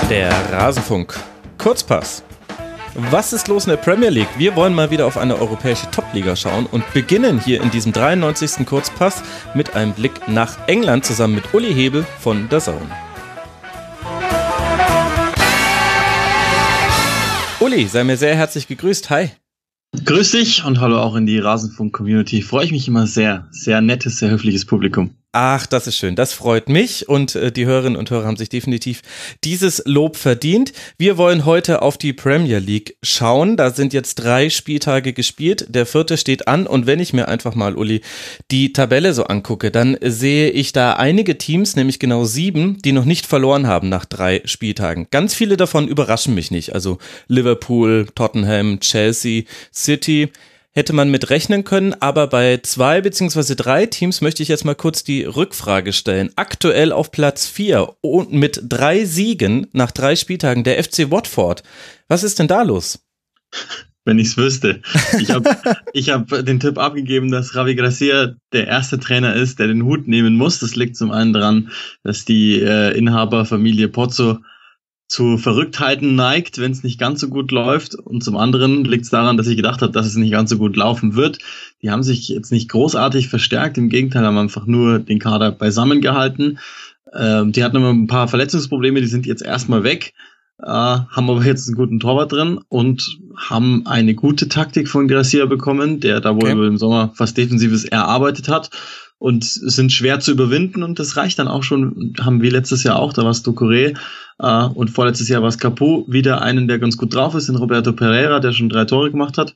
Der Rasenfunk. Kurzpass. Was ist los in der Premier League? Wir wollen mal wieder auf eine europäische Top-Liga schauen und beginnen hier in diesem 93. Kurzpass mit einem Blick nach England zusammen mit Uli Hebel von DAZN. Uli, sei mir sehr herzlich gegrüßt. Hi. Grüß dich und hallo auch in die Rasenfunk-Community. Freue ich mich immer sehr. Sehr nettes, sehr höfliches Publikum. Ach, das ist schön. Das freut mich und die Hörerinnen und Hörer haben sich definitiv dieses Lob verdient. Wir wollen heute auf die Premier League schauen. Da sind jetzt 3 Spieltage gespielt. Der 4. steht an und wenn ich mir einfach mal, Uli, die Tabelle so angucke, dann sehe ich da einige Teams, nämlich genau 7, die noch nicht verloren haben nach 3 Spieltagen. Ganz viele davon überraschen mich nicht. Also Liverpool, Tottenham, Chelsea, City. Hätte man mit rechnen können, aber bei 2 bzw. 3 Teams möchte ich jetzt mal kurz die Rückfrage stellen. Aktuell auf Platz 4 und mit 3 Siegen nach 3 Spieltagen der FC Watford. Was ist denn da los? Wenn ich's wüsste. Ich hab den Tipp abgegeben, dass Javi Gracia der erste Trainer ist, der den Hut nehmen muss. Das liegt zum einen daran, dass die Inhaberfamilie Pozzo zu Verrücktheiten neigt, wenn es nicht ganz so gut läuft. Und zum anderen liegt es daran, dass ich gedacht habe, dass es nicht ganz so gut laufen wird. Die haben sich jetzt nicht großartig verstärkt. Im Gegenteil, haben einfach nur den Kader beisammen gehalten. Die hatten immer ein paar Verletzungsprobleme, die sind jetzt erstmal weg. Haben aber jetzt einen guten Torwart drin und haben eine gute Taktik von Gracia bekommen, der da wohl im Sommer was Defensives erarbeitet hat. Und sind schwer zu überwinden und das reicht dann auch schon, haben wir letztes Jahr auch, da war es Doucouré und vorletztes Jahr war es Capoue, wieder einen, der ganz gut drauf ist, den Roberto Pereira, der schon 3 Tore gemacht hat.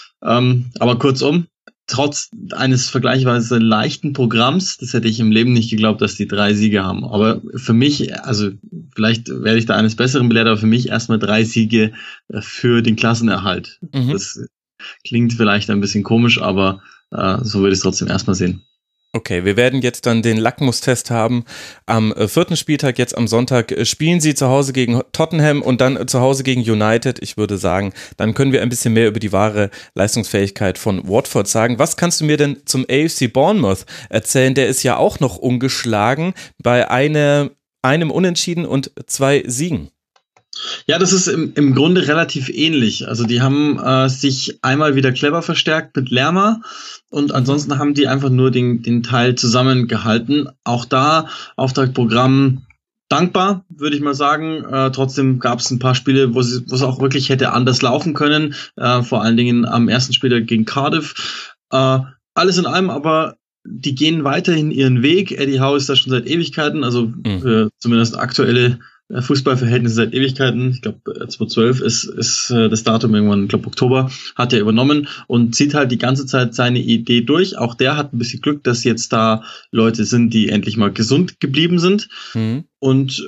Aber kurzum, trotz eines vergleichsweise leichten Programms, das hätte ich im Leben nicht geglaubt, dass die 3 Siege haben. Aber für mich, also vielleicht werde ich da eines Besseren belehrt, aber für mich erstmal 3 Siege für den Klassenerhalt. Mhm. Das klingt vielleicht ein bisschen komisch, aber so würde ich es trotzdem erstmal sehen. Okay, wir werden jetzt dann den Lackmustest haben. Am 4. Spieltag, jetzt am Sonntag, spielen sie zu Hause gegen Tottenham und dann zu Hause gegen United. Ich würde sagen, dann können wir ein bisschen mehr über die wahre Leistungsfähigkeit von Watford sagen. Was kannst du mir denn zum AFC Bournemouth erzählen? Der ist ja auch noch ungeschlagen bei einem Unentschieden und 2 Siegen. Ja, das ist im Grunde relativ ähnlich. Also die haben sich einmal wieder clever verstärkt mit Lerma und ansonsten haben die einfach nur den Teil zusammengehalten. Auch da Auftaktprogramm dankbar, würde ich mal sagen. Trotzdem gab es ein paar Spiele, wo es auch wirklich hätte anders laufen können. Vor allen Dingen am ersten Spiel gegen Cardiff. Alles in allem aber die gehen weiterhin ihren Weg. Eddie Howe ist da schon seit Ewigkeiten, also zumindest aktuelle Fußballverhältnisse seit Ewigkeiten. Ich glaube, 2012 ist das Datum irgendwann, ich glaube Oktober, hat er übernommen und zieht halt die ganze Zeit seine Idee durch. Auch der hat ein bisschen Glück, dass jetzt da Leute sind, die endlich mal gesund geblieben sind und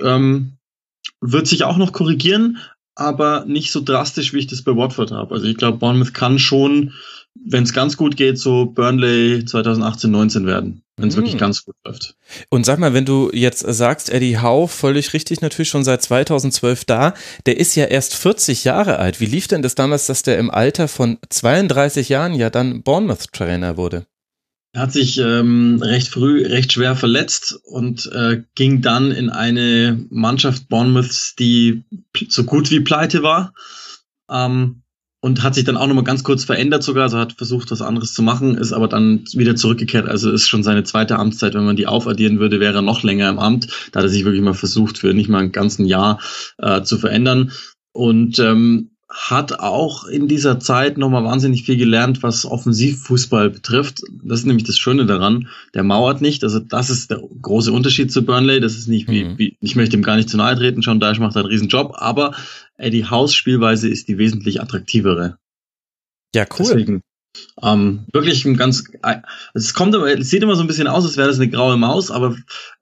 wird sich auch noch korrigieren, aber nicht so drastisch, wie ich das bei Watford habe. Also ich glaube, Bournemouth kann schon, wenn es ganz gut geht, so Burnley 2018-19 werden, wenn es wirklich ganz gut läuft. Und sag mal, wenn du jetzt sagst, Eddie Howe, völlig richtig, natürlich schon seit 2012 da, der ist ja erst 40 Jahre alt. Wie lief denn das damals, dass der im Alter von 32 Jahren ja dann Bournemouth-Trainer wurde? Er hat sich recht früh, recht schwer verletzt und ging dann in eine Mannschaft Bournemouths, die so gut wie pleite war. Und hat sich dann auch nochmal ganz kurz verändert sogar, also hat versucht, was anderes zu machen, ist aber dann wieder zurückgekehrt. Also ist schon seine 2. Amtszeit. Wenn man die aufaddieren würde, wäre er noch länger im Amt. Da hat er sich wirklich mal versucht, für nicht mal ein ganzen Jahr zu verändern. Und hat auch in dieser Zeit nochmal wahnsinnig viel gelernt, was Offensivfußball betrifft. Das ist nämlich das Schöne daran. Der mauert nicht. Also das ist der große Unterschied zu Burnley. Das ist nicht wie ich möchte ihm gar nicht zu nahe treten. Sean Dyche macht einen riesen Job. Aber Eddie Howe's Spielweise ist die wesentlich attraktivere. Ja, cool. Deswegen, wirklich ein ganz, es sieht immer so ein bisschen aus, als wäre das eine graue Maus, aber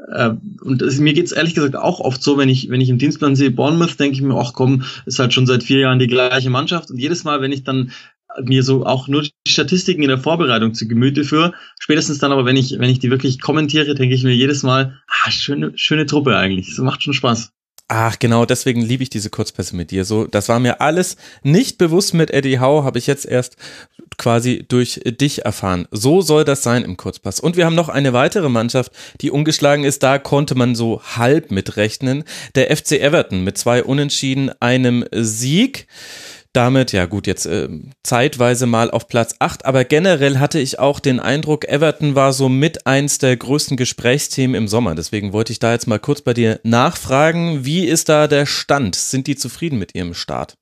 mir geht's ehrlich gesagt auch oft so, wenn ich im Dienstplan sehe Bournemouth, denke ich mir, ach komm, ist halt schon seit 4 Jahren die gleiche Mannschaft und jedes Mal, wenn ich dann mir so auch nur die Statistiken in der Vorbereitung zu Gemüte führe, spätestens dann aber, wenn ich die wirklich kommentiere, denke ich mir jedes Mal, schöne Truppe eigentlich, das macht schon Spaß. Ach genau, deswegen liebe ich diese Kurzpässe mit dir. So, das war mir alles nicht bewusst mit Eddie Howe, habe ich jetzt erst quasi durch dich erfahren. So soll das sein im Kurzpass. Und wir haben noch eine weitere Mannschaft, die ungeschlagen ist. Da konnte man so halb mitrechnen. Der FC Everton mit 2 Unentschieden, einem Sieg. Damit, ja gut, jetzt zeitweise mal auf Platz 8, aber generell hatte ich auch den Eindruck, Everton war so mit eins der größten Gesprächsthemen im Sommer. Deswegen wollte ich da jetzt mal kurz bei dir nachfragen, wie ist da der Stand? Sind die zufrieden mit ihrem Start?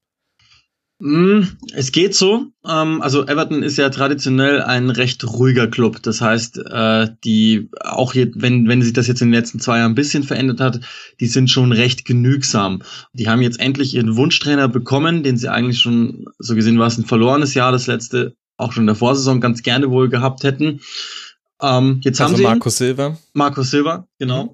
Es geht so. Also Everton ist ja traditionell ein recht ruhiger Club. Das heißt, die auch jetzt, wenn sich das jetzt in den letzten 2 Jahren ein bisschen verändert hat, die sind schon recht genügsam. Die haben jetzt endlich ihren Wunschtrainer bekommen, den sie eigentlich schon, so gesehen war es ein verlorenes Jahr, das letzte auch schon in der Vorsaison ganz gerne wohl gehabt hätten. Jetzt haben sie Marco Silva, genau.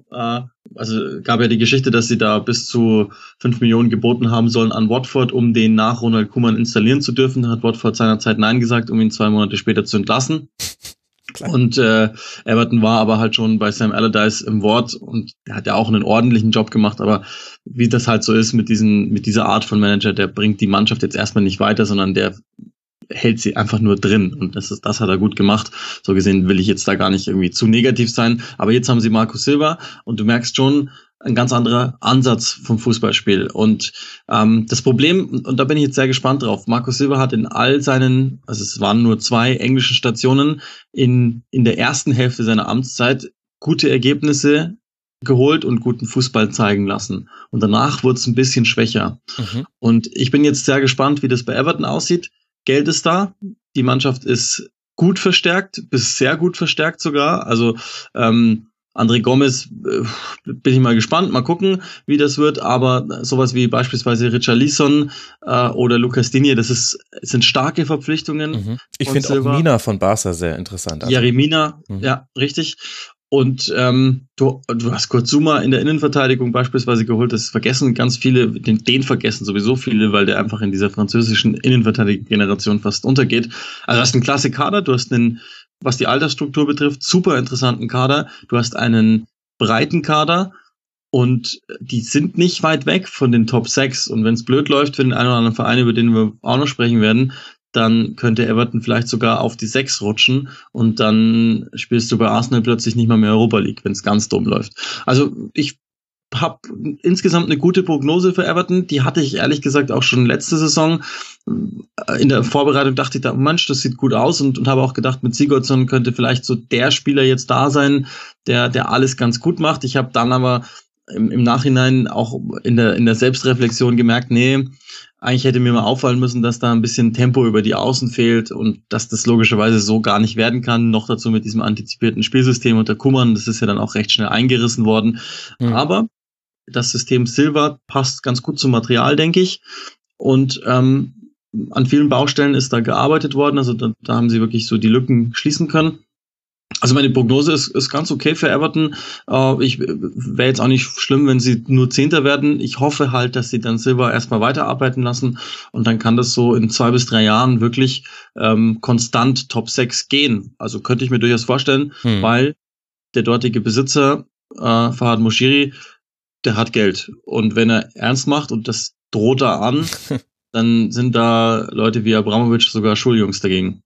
Also gab ja die Geschichte, dass sie da bis zu 5 Millionen geboten haben sollen an Watford, um den nach Ronald Koeman installieren zu dürfen. Da hat Watford seinerzeit Nein gesagt, um ihn 2 Monate später zu entlassen. Klar. Und Everton war aber halt schon bei Sam Allardyce im Wort und der hat ja auch einen ordentlichen Job gemacht, aber wie das halt so ist mit dieser Art von Manager, der bringt die Mannschaft jetzt erstmal nicht weiter, sondern der hält sie einfach nur drin und das hat er gut gemacht. So gesehen will ich jetzt da gar nicht irgendwie zu negativ sein, aber jetzt haben sie Marco Silva und du merkst schon, ein ganz anderer Ansatz vom Fußballspiel und das Problem, und da bin ich jetzt sehr gespannt drauf, Marco Silva hat in all seinen, also es waren nur 2 englischen Stationen, in der ersten Hälfte seiner Amtszeit gute Ergebnisse geholt und guten Fußball zeigen lassen. Und danach wurde es ein bisschen schwächer. Und ich bin jetzt sehr gespannt, wie das bei Everton aussieht. Geld ist da, die Mannschaft ist gut verstärkt, bis sehr gut verstärkt sogar. Also André Gomes, bin ich mal gespannt, mal gucken, wie das wird. Aber sowas wie beispielsweise Richarlison oder Lucas Digne, sind starke Verpflichtungen. Ich finde auch Mina von Barca sehr interessant. Also. Yerry Mina, ja, richtig. Und du hast Kurt Zouma in der Innenverteidigung beispielsweise geholt, das vergessen ganz viele, den vergessen sowieso viele, weil der einfach in dieser französischen Innenverteidiger-Generation fast untergeht. Also du hast einen klasse Kader, du hast einen, was die Altersstruktur betrifft, super interessanten Kader, du hast einen breiten Kader und die sind nicht weit weg von den Top 6 und wenn es blöd läuft für den einen oder anderen Verein, über den wir auch noch sprechen werden, dann könnte Everton vielleicht sogar auf die 6 rutschen und dann spielst du bei Arsenal plötzlich nicht mal mehr Europa League, wenn es ganz dumm läuft. Also ich habe insgesamt eine gute Prognose für Everton, die hatte ich ehrlich gesagt auch schon letzte Saison. In der Vorbereitung dachte ich da, Mensch, das sieht gut aus und habe auch gedacht, mit Sigurdsson könnte vielleicht so der Spieler jetzt da sein, der alles ganz gut macht. Ich habe dann aber im Nachhinein auch in der Selbstreflexion gemerkt, nee, eigentlich hätte mir mal auffallen müssen, dass da ein bisschen Tempo über die Außen fehlt und dass das logischerweise so gar nicht werden kann. Noch dazu mit diesem antizipierten Spielsystem unter Koeman, das ist ja dann auch recht schnell eingerissen worden. Aber das System Silva passt ganz gut zum Material, denke ich. Und an vielen Baustellen ist da gearbeitet worden. Also da haben sie wirklich so die Lücken schließen können. Also meine Prognose ist ganz okay für Everton. Ich wäre jetzt auch nicht schlimm, wenn sie nur Zehnter werden. Ich hoffe halt, dass sie dann Silva erstmal weiterarbeiten lassen und dann kann das so in 2 bis 3 Jahren wirklich konstant Top 6 gehen. Also könnte ich mir durchaus vorstellen, weil der dortige Besitzer Farhad Moshiri, der hat Geld. Und wenn er ernst macht und das droht da an, dann sind da Leute wie Abramovich sogar Schuljungs dagegen.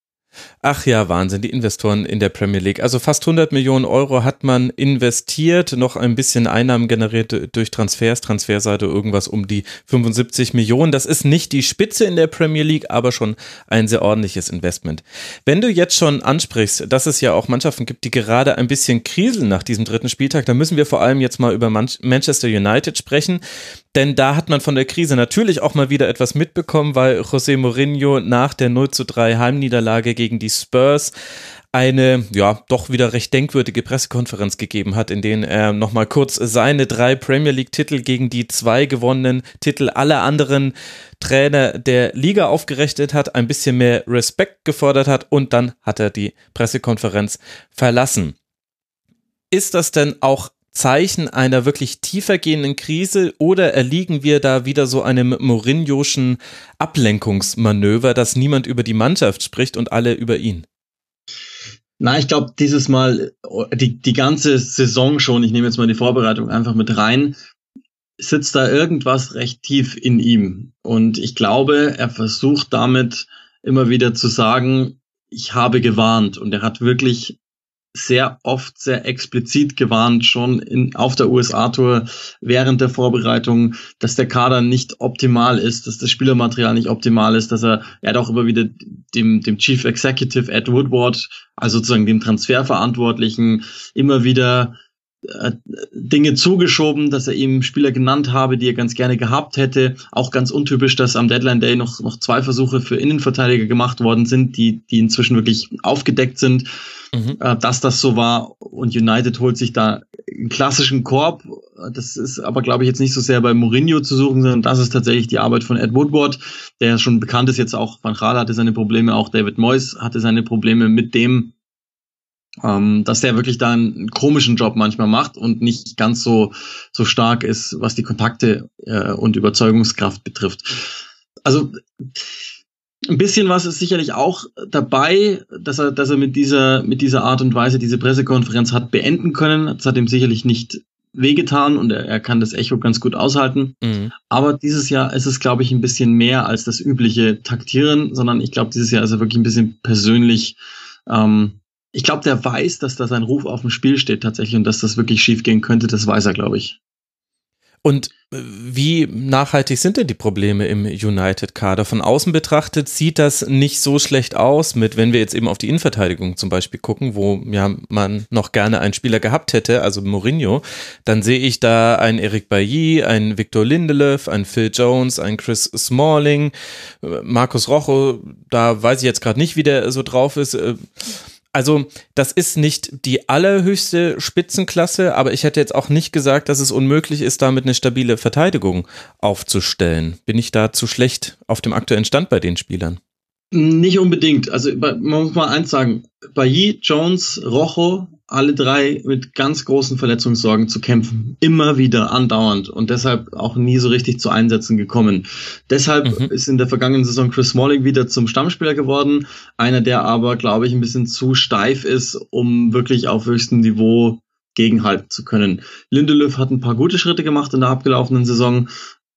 Ach ja, Wahnsinn, die Investoren in der Premier League. Also fast 100 Millionen Euro hat man investiert, noch ein bisschen Einnahmen generiert durch Transferseite irgendwas um die 75 Millionen. Das ist nicht die Spitze in der Premier League, aber schon ein sehr ordentliches Investment. Wenn du jetzt schon ansprichst, dass es ja auch Mannschaften gibt, die gerade ein bisschen kriseln nach diesem 3. Spieltag, dann müssen wir vor allem jetzt mal über Manchester United sprechen. Denn da hat man von der Krise natürlich auch mal wieder etwas mitbekommen, weil José Mourinho nach der 0:3 Heimniederlage gegen die Spurs eine, ja, doch wieder recht denkwürdige Pressekonferenz gegeben hat, in denen er nochmal kurz seine 3 Premier League-Titel gegen die 2 gewonnenen Titel aller anderen Trainer der Liga aufgerechnet hat, ein bisschen mehr Respekt gefordert hat und dann hat er die Pressekonferenz verlassen. Ist das denn auch Zeichen einer wirklich tiefergehenden Krise oder erliegen wir da wieder so einem Mourinho'schen Ablenkungsmanöver, dass niemand über die Mannschaft spricht und alle über ihn? Na, ich glaube, dieses Mal, die ganze Saison schon, ich nehme jetzt mal die Vorbereitung einfach mit rein, sitzt da irgendwas recht tief in ihm. Und ich glaube, er versucht damit immer wieder zu sagen, ich habe gewarnt. Und er hat wirklich sehr oft, sehr explizit gewarnt, schon auf der USA-Tour während der Vorbereitung, dass der Kader nicht optimal ist, dass das Spielermaterial nicht optimal ist, dass er hat auch immer wieder dem Chief Executive Ed Woodward, also sozusagen dem Transferverantwortlichen, immer wieder Dinge zugeschoben, dass er ihm Spieler genannt habe, die er ganz gerne gehabt hätte. Auch ganz untypisch, dass am Deadline Day noch 2 Versuche für Innenverteidiger gemacht worden sind, die inzwischen wirklich aufgedeckt sind, dass das so war. Und United holt sich da einen klassischen Korb. Das ist aber, glaube ich, jetzt nicht so sehr bei Mourinho zu suchen, sondern das ist tatsächlich die Arbeit von Ed Woodward, der schon bekannt ist. Jetzt auch Van Gaal hatte seine Probleme, auch David Moyes hatte seine Probleme mit dem, dass der wirklich da einen komischen Job manchmal macht und nicht ganz so stark ist, was die Kontakte und Überzeugungskraft betrifft. Also ein bisschen was ist sicherlich auch dabei, dass er mit dieser Art und Weise diese Pressekonferenz hat beenden können. Das hat ihm sicherlich nicht wehgetan und er kann das Echo ganz gut aushalten. Mhm. Aber dieses Jahr ist es, glaube ich, ein bisschen mehr als das übliche Taktieren, sondern ich glaube, dieses Jahr ist er wirklich ein bisschen persönlich. Ich glaube, der weiß, dass da sein Ruf auf dem Spiel steht tatsächlich und dass das wirklich schief gehen könnte, das weiß er, glaube ich. Und wie nachhaltig sind denn die Probleme im United-Kader? Von außen betrachtet sieht das nicht so schlecht aus, wenn wir jetzt eben auf die Innenverteidigung zum Beispiel gucken, wo ja man noch gerne einen Spieler gehabt hätte, also Mourinho, dann sehe ich da einen Eric Bailly, einen Victor Lindelöf, einen Phil Jones, einen Chris Smalling, Marcos Rojo, da weiß ich jetzt gerade nicht, wie der so drauf ist. Also das ist nicht die allerhöchste Spitzenklasse, aber ich hätte jetzt auch nicht gesagt, dass es unmöglich ist, damit eine stabile Verteidigung aufzustellen. Bin ich da zu schlecht auf dem aktuellen Stand bei den Spielern? Nicht unbedingt. Also man muss mal eins sagen, Bailly, Jones, Rojo, alle 3 mit ganz großen Verletzungssorgen zu kämpfen. Immer wieder, andauernd und deshalb auch nie so richtig zu Einsätzen gekommen. Deshalb ist in der vergangenen Saison Chris Smalling wieder zum Stammspieler geworden. Einer, der aber, glaube ich, ein bisschen zu steif ist, um wirklich auf höchstem Niveau gegenhalten zu können. Lindelöf hat ein paar gute Schritte gemacht in der abgelaufenen Saison,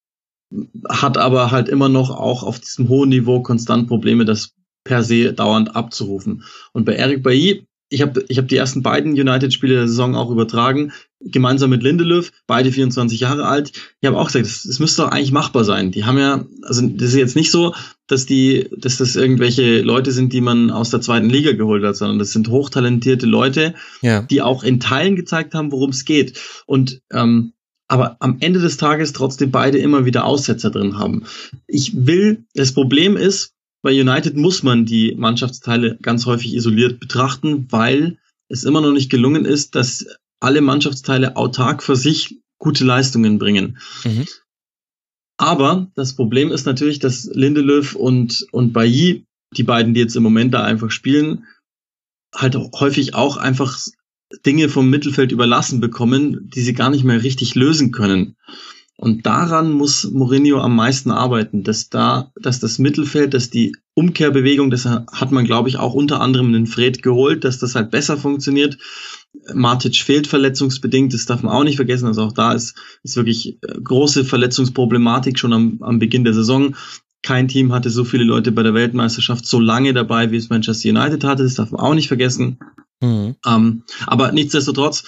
hat aber halt immer noch auch auf diesem hohen Niveau konstant Probleme, das per se dauernd abzurufen. Und bei Eric Bailly, ich hab die ersten beiden United-Spiele der Saison auch übertragen, gemeinsam mit Lindelöf, beide 24 Jahre alt. Ich habe auch gesagt, das müsste doch eigentlich machbar sein. Die haben ja, also das ist jetzt nicht so, dass das irgendwelche Leute sind, die man aus der 2. Liga geholt hat, sondern das sind hochtalentierte Leute, die auch in Teilen gezeigt haben, worum es geht. Und aber am Ende des Tages trotzdem beide immer wieder Aussetzer drin haben. Das Problem ist, bei United muss man die Mannschaftsteile ganz häufig isoliert betrachten, weil es immer noch nicht gelungen ist, dass alle Mannschaftsteile autark für sich gute Leistungen bringen. Mhm. Aber das Problem ist natürlich, dass Lindelöf und Bailly, die beiden, die jetzt im Moment da einfach spielen, halt häufig auch einfach Dinge vom Mittelfeld überlassen bekommen, die sie gar nicht mehr richtig lösen können. Und daran muss Mourinho am meisten arbeiten, dass das Mittelfeld, dass die Umkehrbewegung, das hat man, glaube ich, auch unter anderem den Fred geholt, dass das halt besser funktioniert. Matic fehlt verletzungsbedingt, das darf man auch nicht vergessen. Also auch da ist wirklich große Verletzungsproblematik schon am Beginn der Saison. Kein Team hatte so viele Leute bei der Weltmeisterschaft so lange dabei, wie es Manchester United hatte, das darf man auch nicht vergessen. Mhm. Aber nichtsdestotrotz,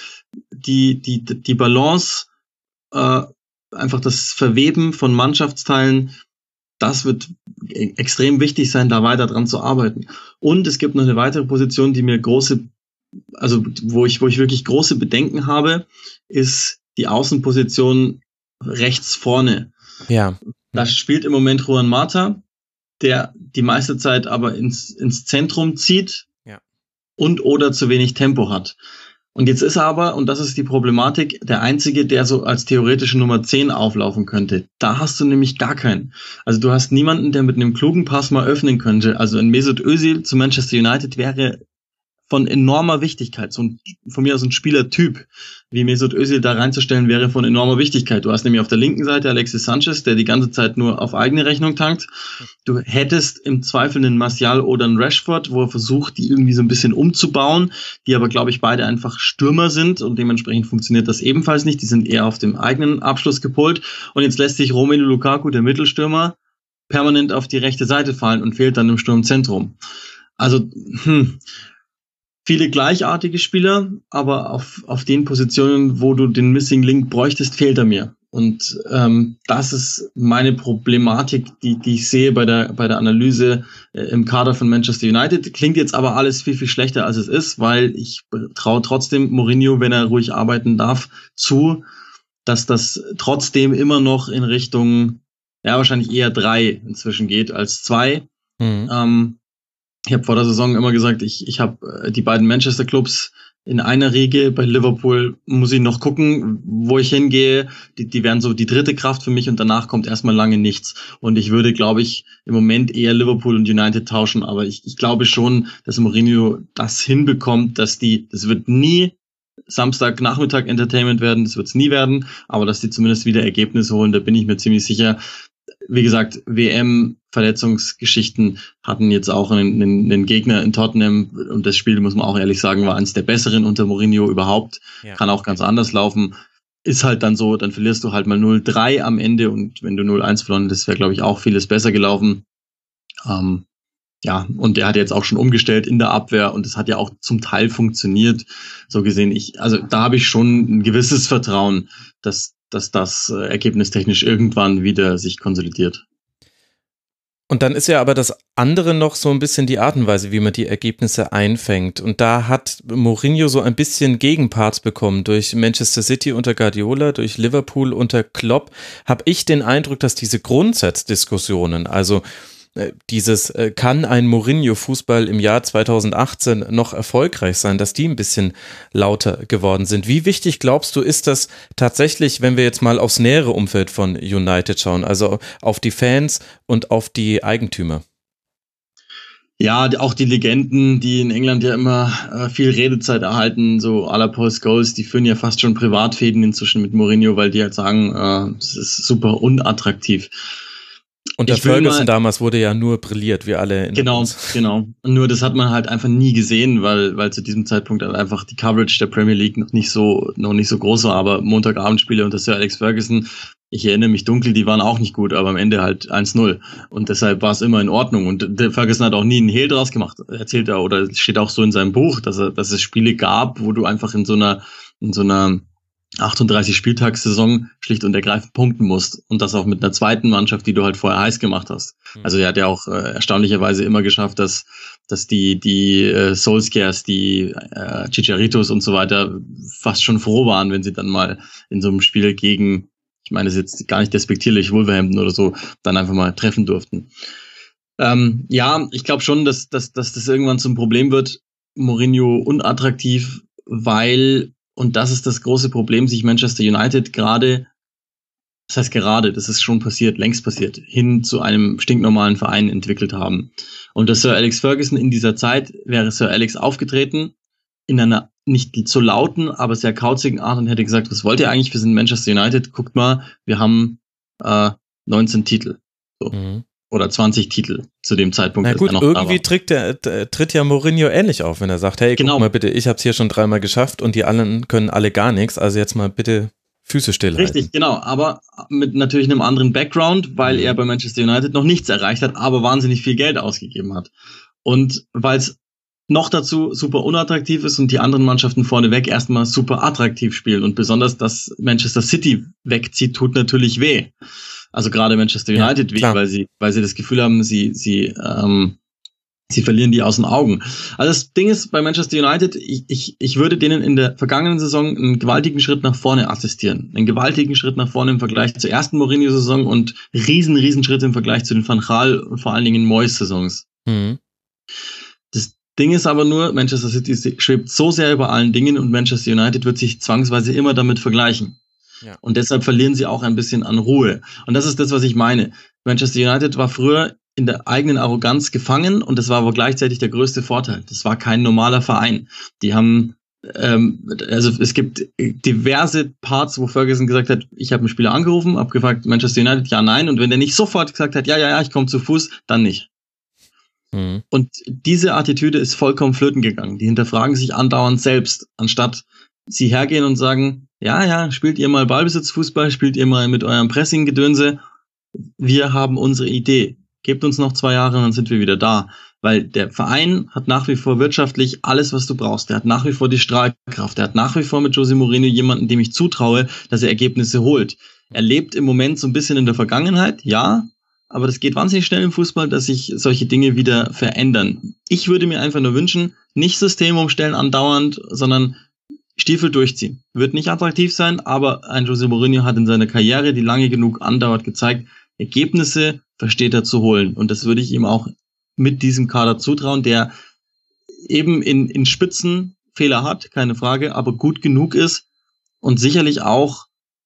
die Balance, einfach das Verweben von Mannschaftsteilen, das wird extrem wichtig sein, da weiter dran zu arbeiten. Und es gibt noch eine weitere Position, die mir wo ich wirklich große Bedenken habe, ist die Außenposition rechts vorne. Ja. Da spielt im Moment Juan Mata, der die meiste Zeit aber ins Zentrum zieht oder zu wenig Tempo hat. Und jetzt ist er aber, und das ist die Problematik, der Einzige, der so als theoretische Nummer 10 auflaufen könnte. Da hast du nämlich gar keinen. Also du hast niemanden, der mit einem klugen Pass mal öffnen könnte. Also ein Mesut Özil zu Manchester United wäre von enormer Wichtigkeit. So von mir aus ein Spielertyp wie Mesut Özil da reinzustellen, wäre von enormer Wichtigkeit. Du hast nämlich auf der linken Seite Alexis Sanchez, der die ganze Zeit nur auf eigene Rechnung tankt. Du hättest im Zweifel einen Martial oder einen Rashford, wo er versucht, die irgendwie so ein bisschen umzubauen, die aber, glaube ich, beide einfach Stürmer sind und dementsprechend funktioniert das ebenfalls nicht. Die sind eher auf dem eigenen Abschluss gepolt. Und jetzt lässt sich Romelu Lukaku, der Mittelstürmer, permanent auf die rechte Seite fallen und fehlt dann im Sturmzentrum. Also, viele gleichartige Spieler, aber auf den Positionen, wo du den Missing Link bräuchtest, fehlt er mir. Und das ist meine Problematik, die ich sehe bei der Analyse im Kader von Manchester United. Klingt jetzt aber alles viel, viel schlechter, als es ist, weil ich traue trotzdem Mourinho, wenn er ruhig arbeiten darf, zu, dass das trotzdem immer noch in Richtung, ja, wahrscheinlich eher 3 inzwischen geht als 2. Ich habe vor der Saison immer gesagt, ich habe die beiden Manchester-Clubs in einer Riege. Bei Liverpool muss ich noch gucken, wo ich hingehe. Die wären so die dritte Kraft für mich und danach kommt erstmal lange nichts. Und ich würde, glaube ich, im Moment eher Liverpool und United tauschen. Aber ich glaube schon, dass Mourinho das hinbekommt, das wird nie Samstagnachmittag Entertainment werden, das wird es nie werden, aber dass die zumindest wieder Ergebnisse holen, da bin ich mir ziemlich sicher. Wie gesagt, WM-Verletzungsgeschichten hatten jetzt auch einen Gegner in Tottenham und das Spiel, muss man auch ehrlich sagen, war eines der besseren unter Mourinho überhaupt. Ja. Kann auch ganz anders laufen. Ist halt dann so, dann verlierst du halt mal 0-3 am Ende und wenn du 0-1 verloren hättest, wäre, glaube ich, auch vieles besser gelaufen. Ja, und er hat jetzt auch schon umgestellt in der Abwehr und es hat ja auch zum Teil funktioniert. So gesehen, da habe ich schon ein gewisses Vertrauen, dass das ergebnistechnisch irgendwann wieder sich konsolidiert. Und dann ist ja aber das andere noch so ein bisschen die Art und Weise, wie man die Ergebnisse einfängt. Und da hat Mourinho so ein bisschen Gegenparts bekommen. Durch Manchester City unter Guardiola, durch Liverpool unter Klopp, habe ich den Eindruck, dass diese Grundsatzdiskussionen, also dieses kann ein Mourinho-Fußball im Jahr 2018 noch erfolgreich sein, dass die ein bisschen lauter geworden sind. Wie wichtig glaubst du, ist das tatsächlich, wenn wir jetzt mal aufs nähere Umfeld von United schauen, also auf die Fans und auf die Eigentümer? Ja, auch die Legenden, die in England ja immer viel Redezeit erhalten, so à la Paul Scholes, die führen ja fast schon Privatfäden inzwischen mit Mourinho, weil die halt sagen, es ist super unattraktiv. Und der Ferguson damals wurde ja nur brilliert, wir alle erinnern uns. Genau. Nur das hat man halt einfach nie gesehen, weil zu diesem Zeitpunkt halt einfach die Coverage der Premier League noch nicht so groß war. Aber Montagabendspiele unter Sir Alex Ferguson, ich erinnere mich dunkel, die waren auch nicht gut, aber am Ende halt 1-0. Und deshalb war es immer in Ordnung. Und der Ferguson hat auch nie einen Hehl draus gemacht. Erzählt er, oder steht auch so in seinem Buch, dass es Spiele gab, wo du einfach in so einer 38 Spieltagssaison schlicht und ergreifend punkten musst und das auch mit einer zweiten Mannschaft, die du halt vorher heiß gemacht hast. Also er hat ja auch erstaunlicherweise immer geschafft, dass die Solskjaers, die Chicharitos und so weiter fast schon froh waren, wenn sie dann mal in so einem Spiel gegen, ich meine, das ist jetzt gar nicht despektierlich, Wolverhampton oder so, dann einfach mal treffen durften. Ja, ich glaube schon, dass das irgendwann zum Problem wird. Mourinho unattraktiv, weil, und das ist das große Problem, sich Manchester United das ist schon passiert, längst passiert, hin zu einem stinknormalen Verein entwickelt haben. Und dass Sir Alex Ferguson in dieser Zeit wäre Sir Alex aufgetreten, in einer nicht so lauten, aber sehr kauzigen Art und hätte gesagt, was wollt ihr eigentlich? Wir sind Manchester United, guckt mal, wir haben 19 Titel. So. Mhm. Oder 20 Titel zu dem Zeitpunkt. Na gut, irgendwie tritt ja Mourinho ähnlich auf, wenn er sagt, hey, guck mal bitte, ich hab's hier schon 3-mal geschafft und die anderen können alle gar nichts, also jetzt mal bitte Füße stillhalten. Richtig, genau, aber mit natürlich einem anderen Background, weil er bei Manchester United noch nichts erreicht hat, aber wahnsinnig viel Geld ausgegeben hat. Und weil es noch dazu super unattraktiv ist und die anderen Mannschaften vorneweg erstmal super attraktiv spielen und besonders, dass Manchester City wegzieht, tut natürlich weh. Also gerade Manchester United weh, weil sie das Gefühl haben, sie verlieren die aus den Augen. Also das Ding ist bei Manchester United, ich würde denen in der vergangenen Saison einen gewaltigen Schritt nach vorne assistieren. Einen gewaltigen Schritt nach vorne im Vergleich zur ersten Mourinho-Saison und riesen Schritt im Vergleich zu den Van Gaal und vor allen Dingen Moyes-Saisons. Mhm. Das Ding ist aber nur, Manchester City schwebt so sehr über allen Dingen und Manchester United wird sich zwangsweise immer damit vergleichen. Ja. Und deshalb verlieren sie auch ein bisschen an Ruhe. Und das ist das, was ich meine. Manchester United war früher in der eigenen Arroganz gefangen und das war aber gleichzeitig der größte Vorteil. Das war kein normaler Verein. Die haben, also es gibt diverse Parts, wo Ferguson gesagt hat, ich habe einen Spieler angerufen, habe gefragt, Manchester United, ja, nein. Und wenn der nicht sofort gesagt hat, ja, ich komme zu Fuß, dann nicht. Mhm. Und diese Attitüde ist vollkommen flöten gegangen. Die hinterfragen sich andauernd selbst, anstatt sie hergehen und sagen, ja, spielt ihr mal Ballbesitzfußball, spielt ihr mal mit eurem Pressing-Gedönse. Wir haben unsere Idee. Gebt uns noch 2 Jahre und dann sind wir wieder da. Weil der Verein hat nach wie vor wirtschaftlich alles, was du brauchst. Der hat nach wie vor die Strahlkraft. Der hat nach wie vor mit Jose Mourinho jemanden, dem ich zutraue, dass er Ergebnisse holt. Er lebt im Moment so ein bisschen in der Vergangenheit, ja, aber das geht wahnsinnig schnell im Fußball, dass sich solche Dinge wieder verändern. Ich würde mir einfach nur wünschen, nicht System umstellen andauernd, sondern Stiefel durchziehen. Wird nicht attraktiv sein, aber ein Jose Mourinho hat in seiner Karriere, die lange genug andauert, gezeigt, Ergebnisse versteht er zu holen. Und das würde ich ihm auch mit diesem Kader zutrauen, der eben in Spitzen Fehler hat, keine Frage, aber gut genug ist und sicherlich auch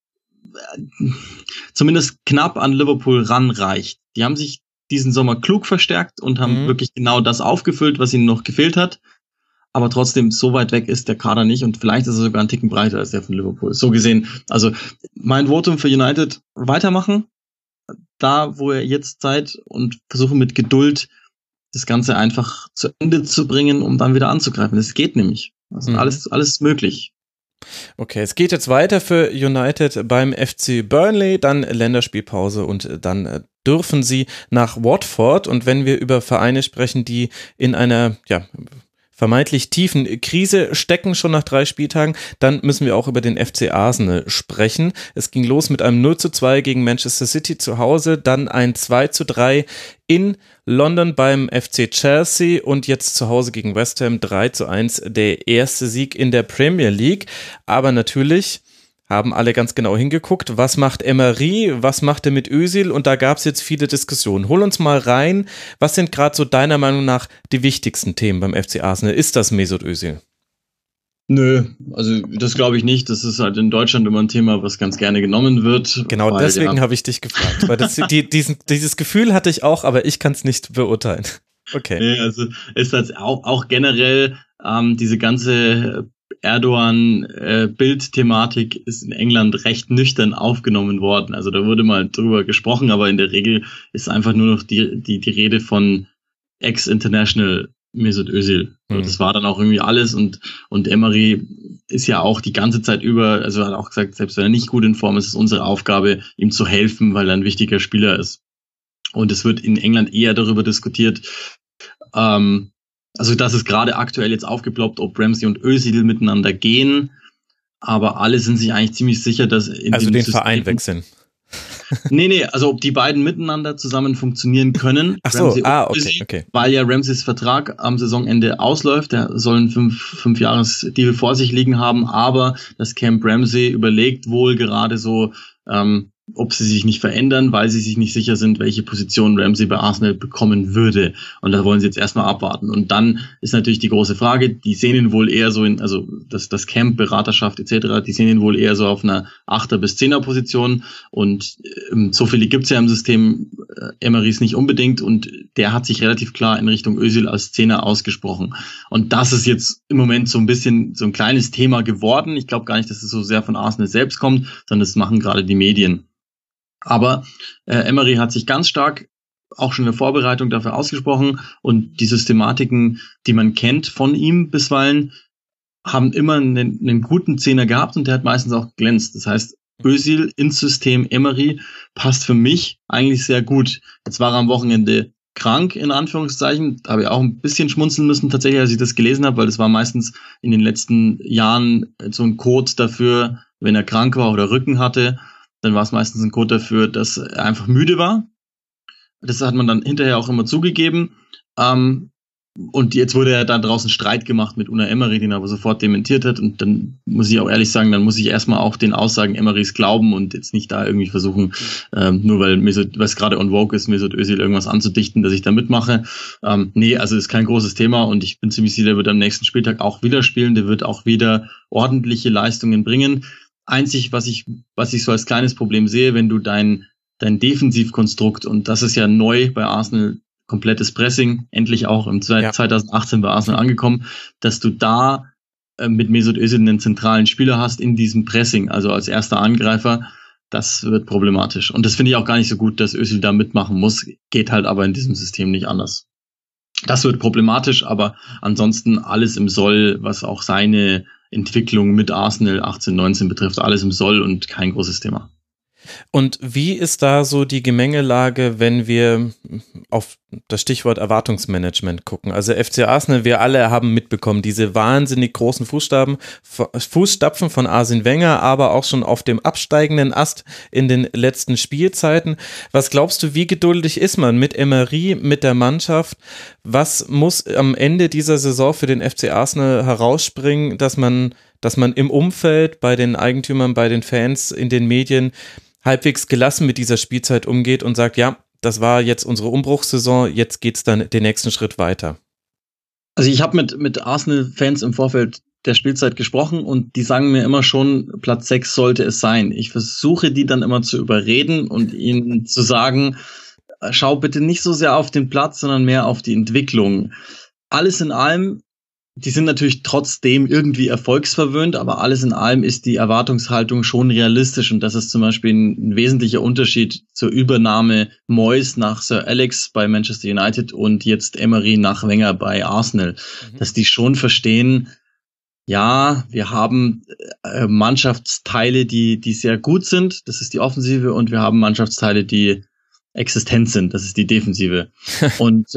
zumindest knapp an Liverpool ranreicht. Die haben sich diesen Sommer klug verstärkt und haben wirklich genau das aufgefüllt, was ihnen noch gefehlt hat. Aber trotzdem, so weit weg ist der Kader nicht und vielleicht ist er sogar einen Ticken breiter als der von Liverpool. So gesehen, also mein Votum für United, weitermachen, da wo ihr jetzt seid und versuchen mit Geduld das Ganze einfach zu Ende zu bringen, um dann wieder anzugreifen. Das geht nämlich. Also alles möglich. Okay, es geht jetzt weiter für United beim FC Burnley, dann Länderspielpause und dann dürfen sie nach Watford. Und wenn wir über Vereine sprechen, die in einer, vermeintlich tiefen Krise stecken, schon nach 3 Spieltagen, dann müssen wir auch über den FC Arsenal sprechen. Es ging los mit einem 0:2 gegen Manchester City zu Hause, dann ein 2:3 in London beim FC Chelsea und jetzt zu Hause gegen West Ham 3:1, der erste Sieg in der Premier League. Aber natürlich haben alle ganz genau hingeguckt, was macht Emery, was macht er mit Özil, und da gab es jetzt viele Diskussionen. Hol uns mal rein, was sind gerade so deiner Meinung nach die wichtigsten Themen beim FC Arsenal? Ist das Mesut Özil? Nö, also das glaube ich nicht. Das ist halt in Deutschland immer ein Thema, was ganz gerne genommen wird. Genau, deswegen habe ich dich gefragt, weil dieses Gefühl hatte ich auch, aber ich kann es nicht beurteilen. Okay. Nee, also ist das auch generell diese ganze Erdogan-Bild-Thematik ist in England recht nüchtern aufgenommen worden. Also da wurde mal drüber gesprochen, aber in der Regel ist einfach nur noch die Rede von Ex-International Mesut Özil. So, das war dann auch irgendwie alles und Emery ist ja auch die ganze Zeit über, also hat auch gesagt, selbst wenn er nicht gut in Form ist, ist es unsere Aufgabe, ihm zu helfen, weil er ein wichtiger Spieler ist. Und es wird in England eher darüber diskutiert, also das ist gerade aktuell jetzt aufgeploppt, ob Ramsey und Özil miteinander gehen, aber alle sind sich eigentlich ziemlich sicher, dass in also den Verein wechseln. Nee, also ob die beiden miteinander zusammen funktionieren können. Ach so, okay. Weil ja Ramseys Vertrag am Saisonende ausläuft, der soll einen 5-Jahres-Deal vor sich liegen haben, aber das Camp Ramsey überlegt wohl gerade so, ob sie sich nicht verändern, weil sie sich nicht sicher sind, welche Position Ramsey bei Arsenal bekommen würde. Und da wollen sie jetzt erstmal abwarten. Und dann ist natürlich die große Frage, die sehen ihn wohl eher so also das Camp, Beraterschaft etc., die sehen ihn wohl eher so auf einer 8er- bis 10er-Position. Und so viele gibt's ja im System Emerys nicht unbedingt. Und der hat sich relativ klar in Richtung Özil als 10er ausgesprochen. Und das ist jetzt im Moment so ein bisschen so ein kleines Thema geworden. Ich glaube gar nicht, dass es so sehr von Arsenal selbst kommt, sondern das machen gerade die Medien. Aber Emery hat sich ganz stark auch schon in der Vorbereitung dafür ausgesprochen und die Systematiken, die man kennt von ihm bisweilen, haben immer einen guten Zehner gehabt und der hat meistens auch glänzt. Das heißt, Özil ins System Emery passt für mich eigentlich sehr gut. Jetzt war er am Wochenende krank, in Anführungszeichen. Da habe ich auch ein bisschen schmunzeln müssen, tatsächlich, als ich das gelesen habe, weil das war meistens in den letzten Jahren so ein Code dafür, wenn er krank war oder Rücken hatte, dann war es meistens ein Code dafür, dass er einfach müde war. Das hat man dann hinterher auch immer zugegeben. Und jetzt wurde ja da draußen Streit gemacht mit Unai Emery, den er aber sofort dementiert hat. Und dann muss ich auch ehrlich sagen, dann muss ich erstmal auch den Aussagen Emerys glauben und jetzt nicht da irgendwie versuchen, nur weil es gerade on vogue ist, Mesut Özil irgendwas anzudichten, dass ich da mitmache. Nee, also ist kein großes Thema und ich bin ziemlich sicher, der wird am nächsten Spieltag auch wieder spielen. Der wird auch wieder ordentliche Leistungen bringen. Einzig, was ich so als kleines Problem sehe, wenn du dein dein Defensivkonstrukt, und das ist ja neu bei Arsenal, komplettes Pressing, endlich auch im 2018 bei Arsenal angekommen, dass du da mit Mesut Özil einen zentralen Spieler hast in diesem Pressing, also als erster Angreifer. Das wird problematisch. Und das finde ich auch gar nicht so gut, dass Özil da mitmachen muss. Geht halt aber in diesem System nicht anders. Das wird problematisch, aber ansonsten alles im Soll, was auch seine Entwicklung mit Arsenal 18-19 betrifft, alles im Soll und kein großes Thema. Und wie ist da so die Gemengelage, wenn wir auf das Stichwort Erwartungsmanagement gucken? Also FC Arsenal, wir alle haben mitbekommen, diese wahnsinnig großen Fußstapfen von Arsene Wenger, aber auch schon auf dem absteigenden Ast in den letzten Spielzeiten. Was glaubst du, wie geduldig ist man mit Emery, mit der Mannschaft? Was muss am Ende dieser Saison für den FC Arsenal herausspringen, dass man im Umfeld, bei den Eigentümern, bei den Fans, in den Medien halbwegs gelassen mit dieser Spielzeit umgeht und sagt, ja, das war jetzt unsere Umbruchssaison, jetzt geht's dann den nächsten Schritt weiter? Also ich habe mit Arsenal-Fans im Vorfeld der Spielzeit gesprochen und die sagen mir immer schon, Platz 6 sollte es sein. Ich versuche die dann immer zu überreden und ihnen zu sagen, schau bitte nicht so sehr auf den Platz, sondern mehr auf die Entwicklung. Alles in allem, die sind natürlich trotzdem irgendwie erfolgsverwöhnt, aber alles in allem ist die Erwartungshaltung schon realistisch, und das ist zum Beispiel ein wesentlicher Unterschied zur Übernahme Moyes nach Sir Alex bei Manchester United und jetzt Emery nach Wenger bei Arsenal, dass die schon verstehen, ja, wir haben Mannschaftsteile, die sehr gut sind, das ist die Offensive, und wir haben Mannschaftsteile, die existent sind, das ist die Defensive. Und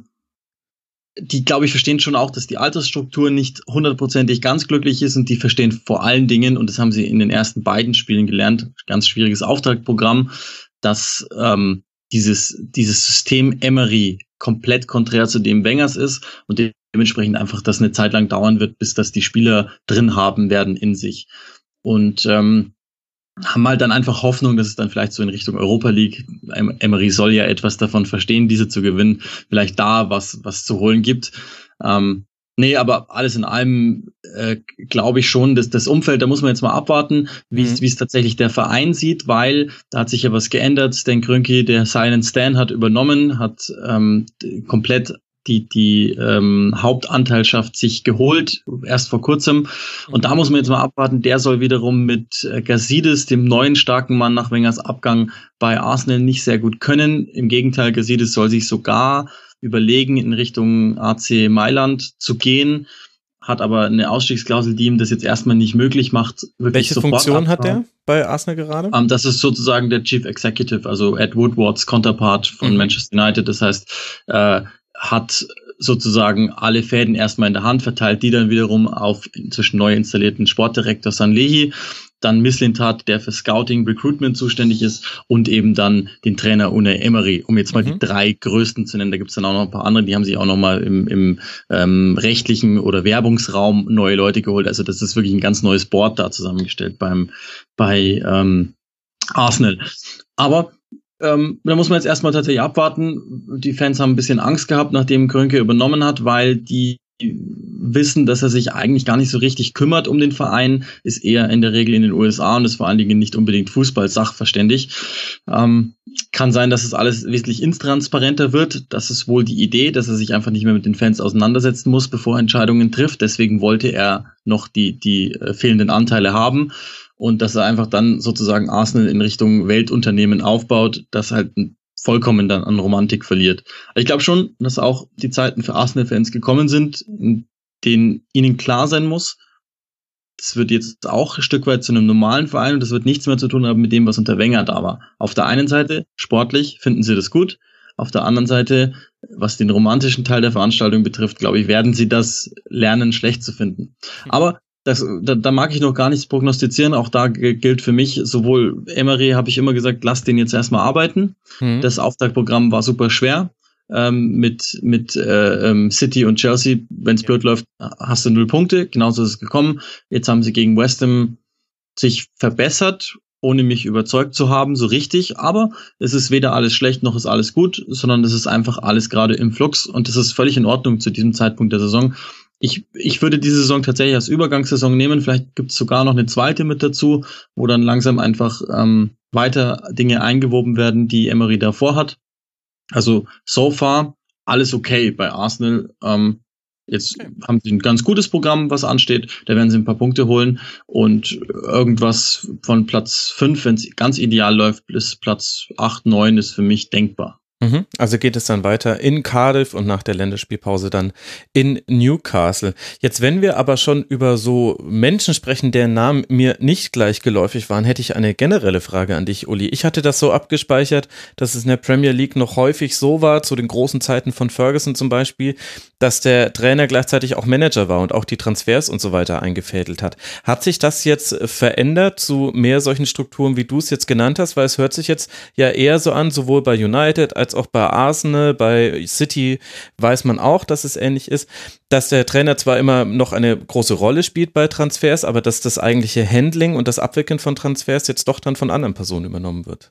die, glaube ich, verstehen schon auch, dass die Altersstruktur nicht 100%ig ganz glücklich ist, und die verstehen vor allen Dingen, und das haben sie in den ersten beiden Spielen gelernt, ganz schwieriges Auftaktprogramm, dass dieses System Emery komplett konträr zu dem Wengers ist und dementsprechend einfach das eine Zeit lang dauern wird, bis das die Spieler drin haben werden in sich. Und haben halt dann einfach Hoffnung, dass es dann vielleicht so in Richtung Europa League, Emery soll ja etwas davon verstehen, diese zu gewinnen, vielleicht da was zu holen gibt. Nee, aber alles in allem glaube ich schon, dass das Umfeld, da muss man jetzt mal abwarten, wie es tatsächlich der Verein sieht, weil da hat sich ja was geändert. Stan Kroenke, der Silent Stan, hat übernommen, hat komplett die Hauptanteilschaft sich geholt, erst vor kurzem. Und da muss man jetzt mal abwarten. Der soll wiederum mit Gazidis, dem neuen starken Mann nach Wengers Abgang, bei Arsenal nicht sehr gut können. Im Gegenteil, Gazidis soll sich sogar überlegen, in Richtung AC Mailand zu gehen, hat aber eine Ausstiegsklausel, die ihm das jetzt erstmal nicht möglich macht. Welche Funktion hat der bei Arsenal gerade? Das ist sozusagen der Chief Executive, also Ed Woodwards Counterpart von Manchester United. Das heißt, hat sozusagen alle Fäden erstmal in der Hand, verteilt die dann wiederum auf inzwischen neu installierten Sportdirektor Sanlehi, dann Mislintat, der für Scouting, Recruitment zuständig ist, und eben dann den Trainer Unai Emery, um jetzt mal die 3 größten zu nennen. Da gibt's dann auch noch ein paar andere, die haben sich auch noch mal im rechtlichen oder Werbungsraum neue Leute geholt. Also das ist wirklich ein ganz neues Board da zusammengestellt bei Arsenal. Aber da muss man jetzt erstmal tatsächlich abwarten. Die Fans haben ein bisschen Angst gehabt, nachdem Kroenke übernommen hat, weil die wissen, dass er sich eigentlich gar nicht so richtig kümmert um den Verein, ist eher in der Regel in den USA und ist vor allen Dingen nicht unbedingt Fußball-sachverständig. Kann sein, dass es alles wesentlich intransparenter wird. Das ist wohl die Idee, dass er sich einfach nicht mehr mit den Fans auseinandersetzen muss, bevor er Entscheidungen trifft. Deswegen wollte er noch die fehlenden Anteile haben. Und dass er einfach dann sozusagen Arsenal in Richtung Weltunternehmen aufbaut, das halt vollkommen dann an Romantik verliert. Also ich glaube schon, dass auch die Zeiten für Arsenal-Fans gekommen sind, in denen ihnen klar sein muss, das wird jetzt auch ein Stück weit zu einem normalen Verein und das wird nichts mehr zu tun haben mit dem, was unter Wenger da war. Auf der einen Seite, sportlich, finden sie das gut. Auf der anderen Seite, was den romantischen Teil der Veranstaltung betrifft, glaube ich, werden sie das lernen, schlecht zu finden. Aber da mag ich noch gar nichts prognostizieren. Auch da gilt für mich, sowohl Emery, habe ich immer gesagt, lass den jetzt erstmal arbeiten. Das Auftaktprogramm war super schwer. Mit City und Chelsea, wenn es blöd läuft, hast du 0 Punkte. Genauso ist es gekommen. Jetzt haben sie gegen West Ham sich verbessert, ohne mich überzeugt zu haben, so richtig. Aber es ist weder alles schlecht noch ist alles gut, sondern es ist einfach alles gerade im Flux und es ist völlig in Ordnung zu diesem Zeitpunkt der Saison. Ich würde diese Saison tatsächlich als Übergangssaison nehmen. Vielleicht gibt es sogar noch eine zweite mit dazu, wo dann langsam einfach weiter Dinge eingewoben werden, die Emery davor hat. Also so far alles okay bei Arsenal. Jetzt haben sie ein ganz gutes Programm, was ansteht. Da werden sie ein paar Punkte holen und irgendwas von Platz 5, wenn es ganz ideal läuft, bis Platz 8, 9 ist für mich denkbar. Also geht es dann weiter in Cardiff und nach der Länderspielpause dann in Newcastle. Jetzt, wenn wir aber schon über so Menschen sprechen, deren Namen mir nicht gleich geläufig waren, hätte ich eine generelle Frage an dich, Uli. Ich hatte das so abgespeichert, dass es in der Premier League noch häufig so war, zu den großen Zeiten von Ferguson zum Beispiel, dass der Trainer gleichzeitig auch Manager war und auch die Transfers und so weiter eingefädelt hat. Hat sich das jetzt verändert zu mehr solchen Strukturen, wie du es jetzt genannt hast? Weil es hört sich jetzt ja eher so an, sowohl bei United als auch bei Arsenal, bei City weiß man auch, dass es ähnlich ist, dass der Trainer zwar immer noch eine große Rolle spielt bei Transfers, aber dass das eigentliche Handling und das Abwickeln von Transfers jetzt doch dann von anderen Personen übernommen wird.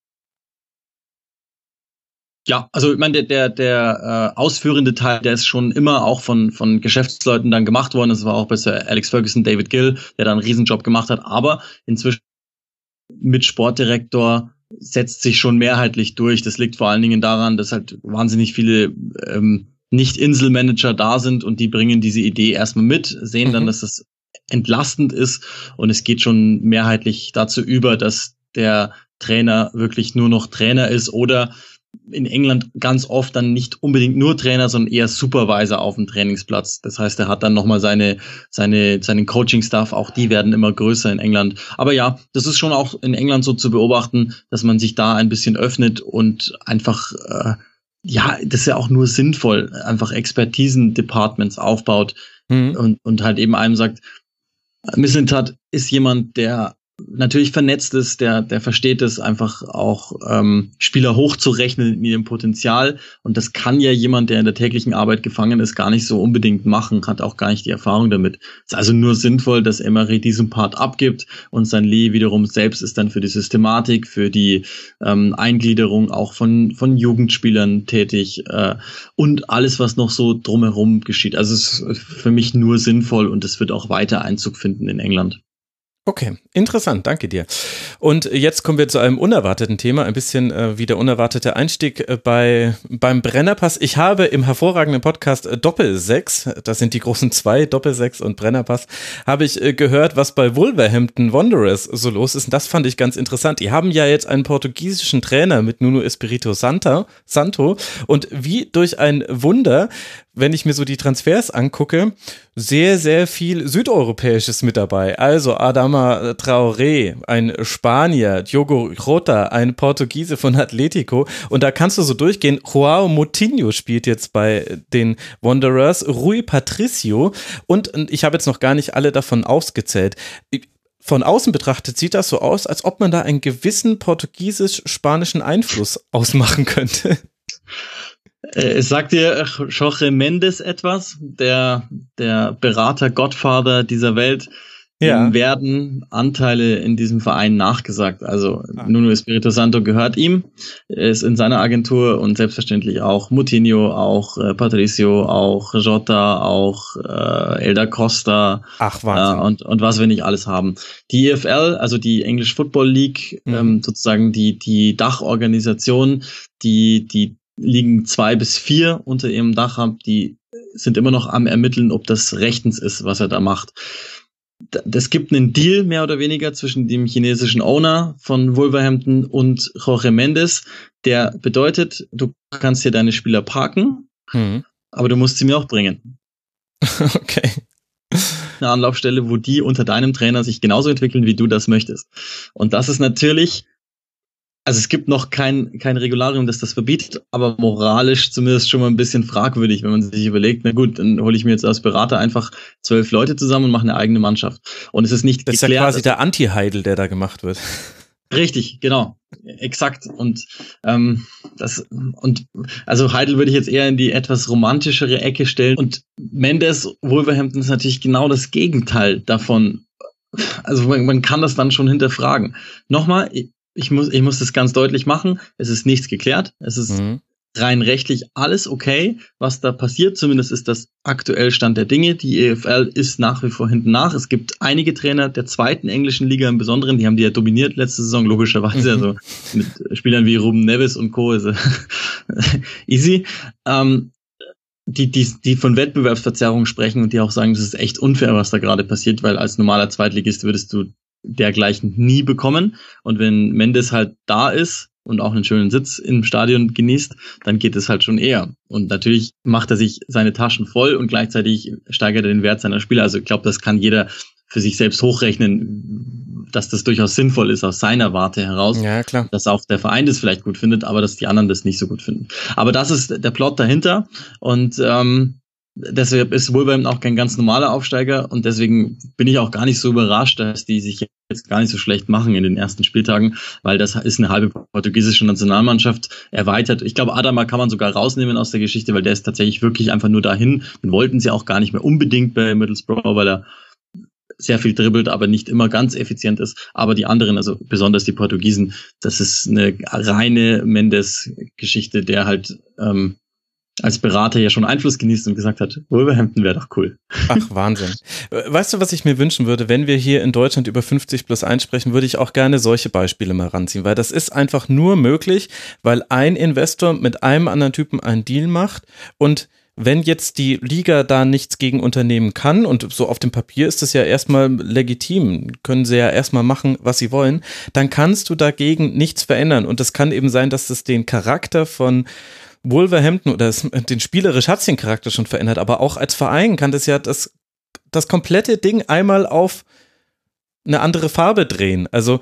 Ja, also ich meine, der ausführende Teil, der ist schon immer auch von Geschäftsleuten dann gemacht worden. Das war auch bei Sir Alex Ferguson, David Gill, der da einen Riesenjob gemacht hat. Aber inzwischen mit Sportdirektor setzt sich schon mehrheitlich durch. Das liegt vor allen Dingen daran, dass halt wahnsinnig viele Nicht-Inselmanager da sind und die bringen diese Idee erstmal mit, sehen dann, dass das entlastend ist und es geht schon mehrheitlich dazu über, dass der Trainer wirklich nur noch Trainer ist oder in England ganz oft dann nicht unbedingt nur Trainer, sondern eher Supervisor auf dem Trainingsplatz. Das heißt, er hat dann nochmal seinen Coaching-Staff, auch die werden immer größer in England. Aber ja, das ist schon auch in England so zu beobachten, dass man sich da ein bisschen öffnet und einfach, das ist ja auch nur sinnvoll, einfach Expertisen-Departments aufbaut und halt eben einem sagt, Mislintat ist jemand, der natürlich vernetzt ist, der versteht es einfach auch, Spieler hochzurechnen in ihrem Potenzial. Und das kann ja jemand, der in der täglichen Arbeit gefangen ist, gar nicht so unbedingt machen, hat auch gar nicht die Erfahrung damit. Es ist also nur sinnvoll, dass Emery diesen Part abgibt und Sanlé wiederum selbst ist dann für die Systematik, für die Eingliederung auch von Jugendspielern tätig und alles, was noch so drumherum geschieht. Also es ist für mich nur sinnvoll und es wird auch weiter Einzug finden in England. Okay, interessant, danke dir. Und jetzt kommen wir zu einem unerwarteten Thema, ein bisschen wie der unerwartete Einstieg beim Brennerpass. Ich habe im hervorragenden Podcast Doppelsechs, das sind die großen zwei, Doppelsechs und Brennerpass, habe ich gehört, was bei Wolverhampton Wanderers so los ist. Und das fand ich ganz interessant. Die haben ja jetzt einen portugiesischen Trainer mit Nuno Espirito Santo und wie durch ein Wunder, wenn ich mir so die Transfers angucke, sehr, sehr viel Südeuropäisches mit dabei. Also Adama Traoré, ein Spanier, Diogo Jota, ein Portugiese von Atletico. Und da kannst du so durchgehen. João Moutinho spielt jetzt bei den Wanderers, Rui Patricio und ich habe jetzt noch gar nicht alle davon ausgezählt. Von außen betrachtet sieht das so aus, als ob man da einen gewissen portugiesisch-spanischen Einfluss ausmachen könnte. Es sagt dir Jorge Mendes etwas, der Berater Godfather dieser Welt. Ihm werden Anteile in diesem Verein nachgesagt. Also Nuno Espirito Santo gehört ihm, er ist in seiner Agentur und selbstverständlich auch Moutinho, auch Patricio, auch Jota, auch Elder Costa. Ach, Wahnsinn. Und was wir nicht alles haben. Die EFL, also die English Football League, sozusagen die Dachorganisation, die liegen 2 bis 4 unter ihrem Dach haben, die sind immer noch am Ermitteln, ob das rechtens ist, was er da macht. Es gibt einen Deal, mehr oder weniger, zwischen dem chinesischen Owner von Wolverhampton und Jorge Mendes, der bedeutet, du kannst hier deine Spieler parken, aber du musst sie mir auch bringen. Okay. Eine Anlaufstelle, wo die unter deinem Trainer sich genauso entwickeln, wie du das möchtest. Und das ist natürlich, also es gibt noch kein Regularium, das das verbietet, aber moralisch zumindest schon mal ein bisschen fragwürdig, wenn man sich überlegt, na gut, dann hole ich mir jetzt als Berater einfach 12 Leute zusammen und mache eine eigene Mannschaft. Und es ist nicht geklärt. Das ist ja quasi der Anti-Heidel, der da gemacht wird. Richtig, genau. Exakt. Und also Heidel würde ich jetzt eher in die etwas romantischere Ecke stellen. Und Mendes, Wolverhampton ist natürlich genau das Gegenteil davon. Also man kann das dann schon hinterfragen. Nochmal, ich muss das ganz deutlich machen. Es ist nichts geklärt. Es ist rein rechtlich alles okay, was da passiert. Zumindest ist das aktuell Stand der Dinge. Die EFL ist nach wie vor hinten nach. Es gibt einige Trainer der zweiten englischen Liga im Besonderen, die haben die ja dominiert letzte Saison, logischerweise. Also mit Spielern wie Ruben Neves und Co. ist easy. Die von Wettbewerbsverzerrung sprechen und die auch sagen, das ist echt unfair, was da gerade passiert, weil als normaler Zweitligist würdest du dergleichen nie bekommen. Und wenn Mendes halt da ist und auch einen schönen Sitz im Stadion genießt, dann geht es halt schon eher. Und natürlich macht er sich seine Taschen voll und gleichzeitig steigert er den Wert seiner Spieler. Also ich glaube, das kann jeder für sich selbst hochrechnen, dass das durchaus sinnvoll ist aus seiner Warte heraus. Ja, klar. Dass auch der Verein das vielleicht gut findet, aber dass die anderen das nicht so gut finden. Aber das ist der Plot dahinter und deshalb ist Wolverhampton auch kein ganz normaler Aufsteiger und deswegen bin ich auch gar nicht so überrascht, dass die sich jetzt gar nicht so schlecht machen in den ersten Spieltagen, weil das ist eine halbe portugiesische Nationalmannschaft erweitert. Ich glaube, Adama kann man sogar rausnehmen aus der Geschichte, weil der ist tatsächlich wirklich einfach nur dahin. Den wollten sie auch gar nicht mehr unbedingt bei Middlesbrough, weil er sehr viel dribbelt, aber nicht immer ganz effizient ist. Aber die anderen, also besonders die Portugiesen, das ist eine reine Mendes-Geschichte, der halt als Berater ja schon Einfluss genießt und gesagt hat, Wolverhampton wäre doch cool. Ach, Wahnsinn. Weißt du, was ich mir wünschen würde, wenn wir hier in Deutschland über 50+1 sprechen, würde ich auch gerne solche Beispiele mal ranziehen, weil das ist einfach nur möglich, weil ein Investor mit einem anderen Typen einen Deal macht und wenn jetzt die Liga da nichts gegen unternehmen kann und so auf dem Papier ist das ja erstmal legitim, können sie ja erstmal machen, was sie wollen, dann kannst du dagegen nichts verändern und es kann eben sein, dass das den Charakter von Wolverhampton oder den spielerisch hat es den Charakter schon verändert, aber auch als Verein kann das ja das komplette Ding einmal auf eine andere Farbe drehen. Also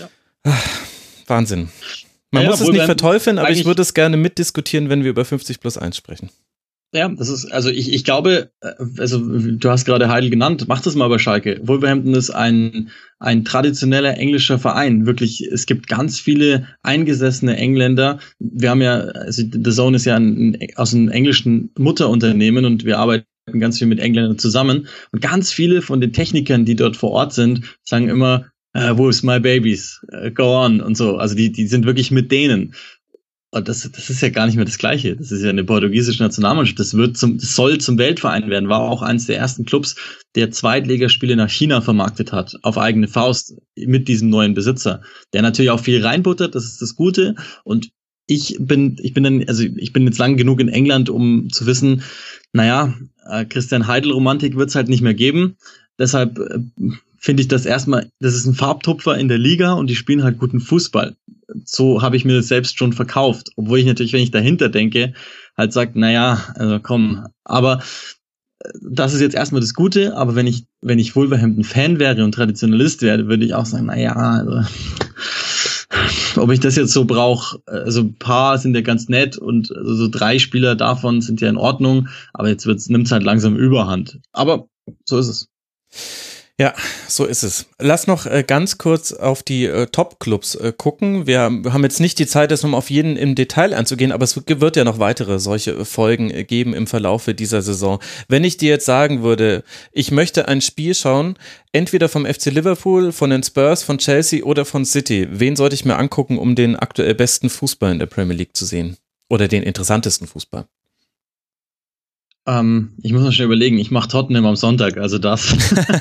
Wahnsinn. Man muss es nicht verteufeln, aber ich würde es gerne mitdiskutieren, wenn wir über 50+1 sprechen. Ja, das ist, also ich glaube, also du hast gerade Heidel genannt, mach das mal bei Schalke. Wolverhampton ist ein traditioneller englischer Verein. Wirklich, es gibt ganz viele eingesessene Engländer. Wir haben ja, also The Zone ist ja aus einem englischen Mutterunternehmen und wir arbeiten ganz viel mit Engländern zusammen. Und ganz viele von den Technikern, die dort vor Ort sind, sagen immer, wo ist my babies? Go on und so. Also die sind wirklich mit denen. Und das ist ja gar nicht mehr das Gleiche. Das ist ja eine portugiesische Nationalmannschaft. Das soll zum Weltverein werden. War auch eines der ersten Clubs, der Zweitligaspiele nach China vermarktet hat. Auf eigene Faust mit diesem neuen Besitzer. Der natürlich auch viel reinbuttert. Das ist das Gute. Und ich bin jetzt lang genug in England, um zu wissen, Christian Heidel-Romantik wird's halt nicht mehr geben. Deshalb finde ich das erstmal, das ist ein Farbtupfer in der Liga und die spielen halt guten Fußball. So habe ich mir das selbst schon verkauft. Obwohl ich natürlich, wenn ich dahinter denke, halt sage, also komm. Aber das ist jetzt erstmal das Gute. Aber wenn ich Wolverhampton-Fan wäre und Traditionalist wäre, würde ich auch sagen, also ob ich das jetzt so brauche, also ein paar sind ja ganz nett und also so 3 Spieler davon sind ja in Ordnung. Aber jetzt nimmt's halt langsam Überhand. Aber so ist es. Ja, so ist es. Lass noch ganz kurz auf die Top-Clubs gucken. Wir haben jetzt nicht die Zeit, das nochmal auf jeden im Detail einzugehen, aber es wird ja noch weitere solche Folgen geben im Verlaufe dieser Saison. Wenn ich dir jetzt sagen würde, ich möchte ein Spiel schauen, entweder vom FC Liverpool, von den Spurs, von Chelsea oder von City, wen sollte ich mir angucken, um den aktuell besten Fußball in der Premier League zu sehen? Oder den interessantesten Fußball? Ich muss mal schnell überlegen, ich mache Tottenham am Sonntag, also das.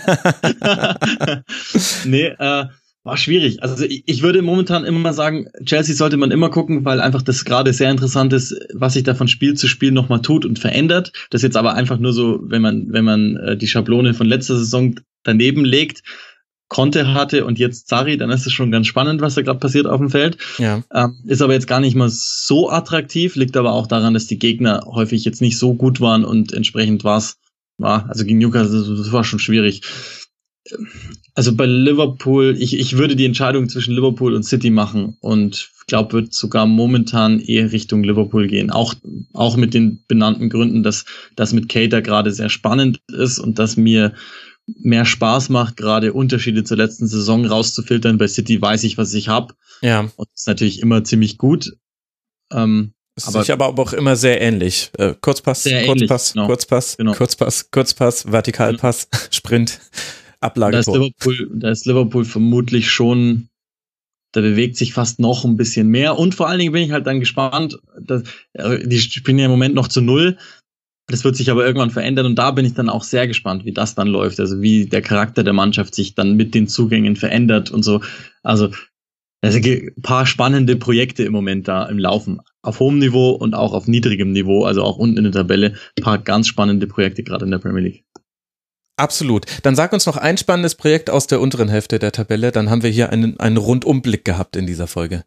Nee, war schwierig. Also ich würde momentan immer sagen, Chelsea sollte man immer gucken, weil einfach das gerade sehr interessant ist, was sich da von Spiel zu Spiel nochmal tut und verändert. Das ist jetzt aber einfach nur so, wenn man die Schablone von letzter Saison daneben legt, Conte hatte und jetzt Sarri, dann ist es schon ganz spannend, was da gerade passiert auf dem Feld. Ja. Ist aber jetzt gar nicht mal so attraktiv, liegt aber auch daran, dass die Gegner häufig jetzt nicht so gut waren und entsprechend also gegen Newcastle, das war schon schwierig. Also bei Liverpool, ich würde die Entscheidung zwischen Liverpool und City machen und glaube, wird sogar momentan eher Richtung Liverpool gehen. Auch mit den benannten Gründen, dass das mit Keita gerade sehr spannend ist und dass mir mehr Spaß macht, gerade Unterschiede zur letzten Saison rauszufiltern. Bei City weiß ich, was ich habe. Ja. Und das ist natürlich immer ziemlich gut. Aber auch immer sehr ähnlich. Kurzpass, Kurzpass, genau. Kurzpass, genau. Kurzpass, Vertikalpass, Sprint, Ablage. Da ist Liverpool vermutlich schon da bewegt sich fast noch ein bisschen mehr. Und vor allen Dingen bin ich halt dann gespannt, die spielen ja im Moment noch zu 0. Das wird sich aber irgendwann verändern und da bin ich dann auch sehr gespannt, wie das dann läuft. Also wie der Charakter der Mannschaft sich dann mit den Zugängen verändert und so. Also es gibt ein paar spannende Projekte im Moment da im Laufen. Auf hohem Niveau und auch auf niedrigem Niveau, also auch unten in der Tabelle. Ein paar ganz spannende Projekte gerade in der Premier League. Absolut. Dann sag uns noch ein spannendes Projekt aus der unteren Hälfte der Tabelle. Dann haben wir hier einen Rundumblick gehabt in dieser Folge.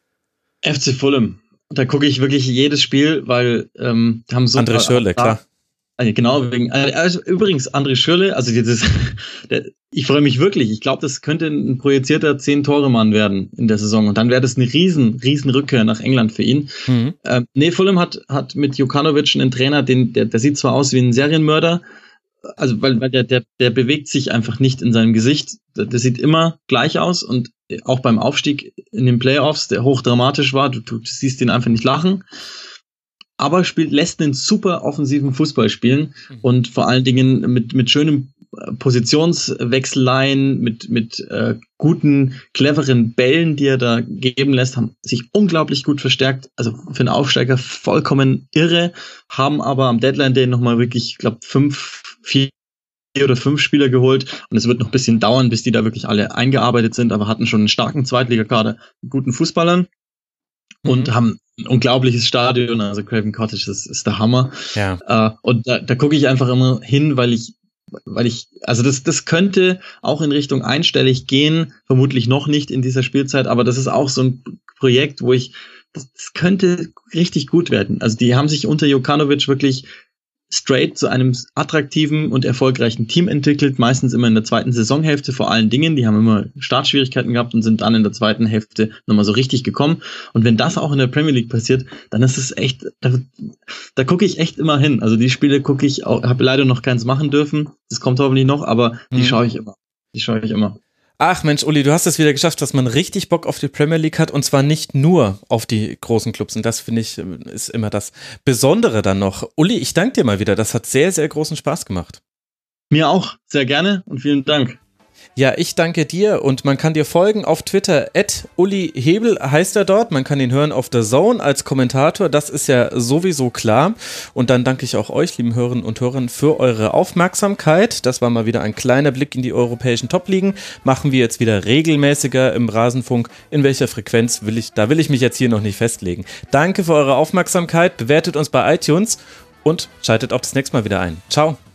FC Fulham. Da gucke ich wirklich jedes Spiel, weil haben so André Schürrle, klar. Genau, also übrigens André Schürrle, also ich freue mich wirklich. Ich glaube, das könnte ein projizierter 10-Tore-Mann werden in der Saison und dann wäre das eine riesen Rückkehr nach England für ihn. Fulham hat mit Jokanovic einen Trainer, der sieht zwar aus wie ein Serienmörder, also weil der bewegt sich einfach nicht in seinem Gesicht. Der sieht immer gleich aus und auch beim Aufstieg in den Playoffs, der hochdramatisch war, du siehst ihn einfach nicht lachen. Aber lässt einen super offensiven Fußball spielen und vor allen Dingen mit schönen Positionswechseleien, mit guten, cleveren Bällen, die er da geben lässt, haben sich unglaublich gut verstärkt. Also für einen Aufsteiger vollkommen irre, haben aber am Deadline Day nochmal wirklich, ich glaube, 4 oder 5 Spieler geholt und es wird noch ein bisschen dauern, bis die da wirklich alle eingearbeitet sind, aber hatten schon einen starken Zweitligakader mit guten Fußballern und haben ein unglaubliches Stadion, also Craven Cottage ist der Hammer. Ja. Und da gucke ich einfach immer hin, weil ich, also das könnte auch in Richtung einstellig gehen, vermutlich noch nicht in dieser Spielzeit, aber das ist auch so ein Projekt, wo das könnte richtig gut werden. Also die haben sich unter Jokanovic wirklich straight zu einem attraktiven und erfolgreichen Team entwickelt, meistens immer in der zweiten Saisonhälfte vor allen Dingen. Die haben immer Startschwierigkeiten gehabt und sind dann in der zweiten Hälfte nochmal so richtig gekommen. Und wenn das auch in der Premier League passiert, dann ist es echt, da gucke ich echt immer hin. Also die Spiele gucke ich, habe leider noch keins machen dürfen. Das kommt hoffentlich noch, aber die schaue ich immer. Ach Mensch, Uli, du hast es wieder geschafft, dass man richtig Bock auf die Premier League hat und zwar nicht nur auf die großen Clubs und das finde ich ist immer das Besondere dann noch. Uli, ich danke dir mal wieder, das hat sehr, sehr großen Spaß gemacht. Mir auch, sehr gerne und vielen Dank. Ja, ich danke dir und man kann dir folgen auf Twitter, @UliHebel heißt er dort, man kann ihn hören auf der Zone als Kommentator, das ist ja sowieso klar und dann danke ich auch euch, lieben Hörerinnen und Hörern, für eure Aufmerksamkeit, das war mal wieder ein kleiner Blick in die europäischen Top-Ligen, machen wir jetzt wieder regelmäßiger im Rasenfunk, in welcher Frequenz will ich mich jetzt hier noch nicht festlegen. Danke für eure Aufmerksamkeit, bewertet uns bei iTunes und schaltet auch das nächste Mal wieder ein. Ciao.